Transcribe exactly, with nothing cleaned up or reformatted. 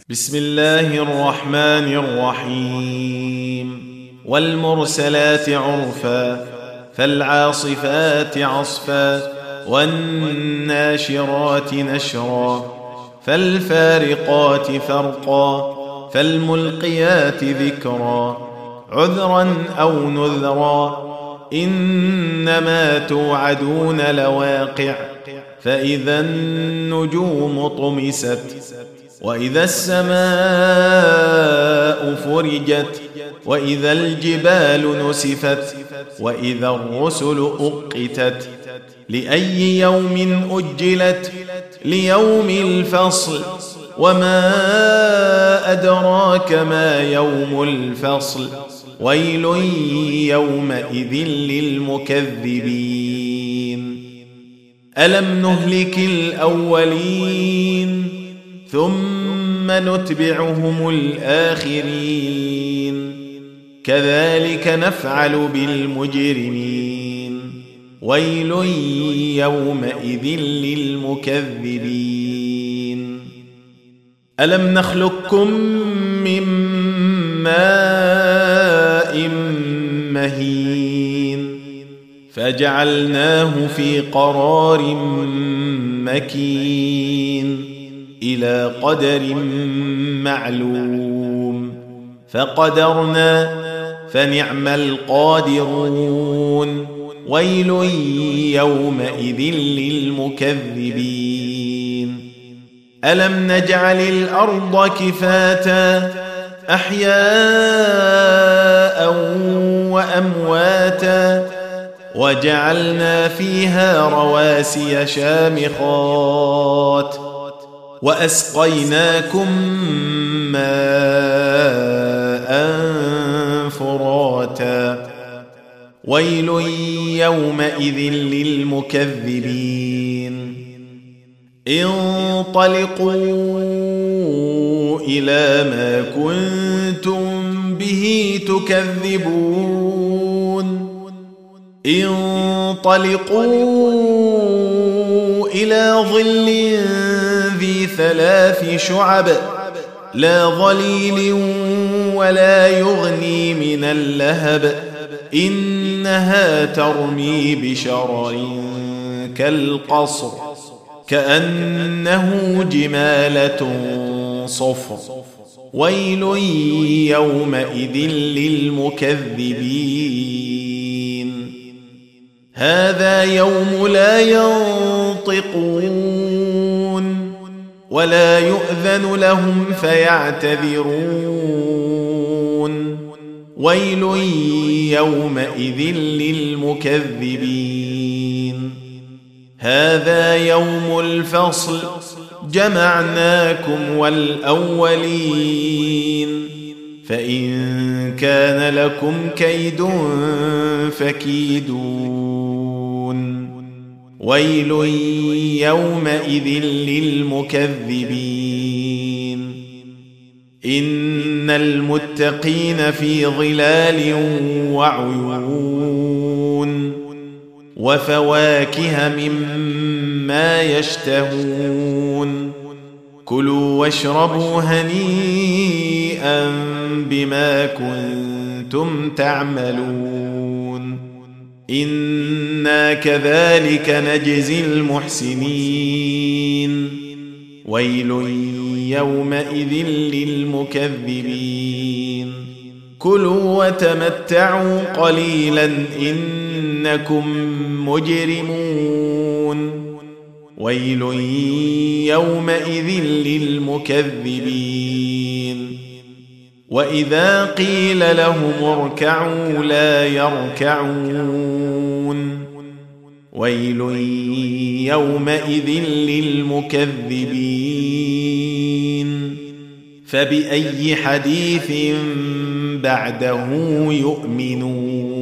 بسم الله الرحمن الرحيم والمرسلات عرفا فالعاصفات عصفا والناشرات نشرا فالفارقات فرقا فالملقيات ذكرا عذرا أو نذرا إنما توعدون لواقع فإذا النجوم طمست وإذا السماء فرجت وإذا الجبال نسفت وإذا الرسل أقتت لأي يوم أجلت ليوم الفصل وما أدراك ما يوم الفصل ويل يومئذ للمكذبين ألم نهلك الأولين ثم نتبعهم الآخرين كذلك نفعل بالمجرمين ويل يومئذ للمكذبين ألم نخلقكم من ماء مهين فجعلناه في قرار مكين إلى قدر معلوم فقدرنا فنعم القادرون ويل يومئذ للمكذبين ألم نجعل الأرض كفاتا أحياء وأمواتا وجعلنا فيها رواسي شامخات وأسقيناكم ماء فراتا ويل يومئذ للمكذبين انطلقوا إلى ما كنتم به تكذبون انطلقوا إلى ظل ذي ثلاث شعب لا ظليل ولا يغني من اللهب إنها ترمي بشرر كالقصر كأنه جمالة صفر ويل يومئذ للمكذبين هذا يوم لا ينطقون ولا يؤذن لهم فيعتذرون ويل يومئذ للمكذبين هذا يوم الفصل جمعناكم والأولين فإن كان لكم كيد فكيدون ويل يومئذ للمكذبين إن المتقين في ظلال وعيون وفواكه مما يشتهون كلوا واشربوا هنيئا بما كنتم تعملون إنا كذلك نجزي المحسنين ويل يومئذ للمكذبين كلوا وتمتعوا قليلا إنكم مجرمون ويل يومئذ للمكذبين وإذا قيل لهم اركعوا لا يركعون ويل يومئذ للمكذبين فبأي حديث بعده يؤمنون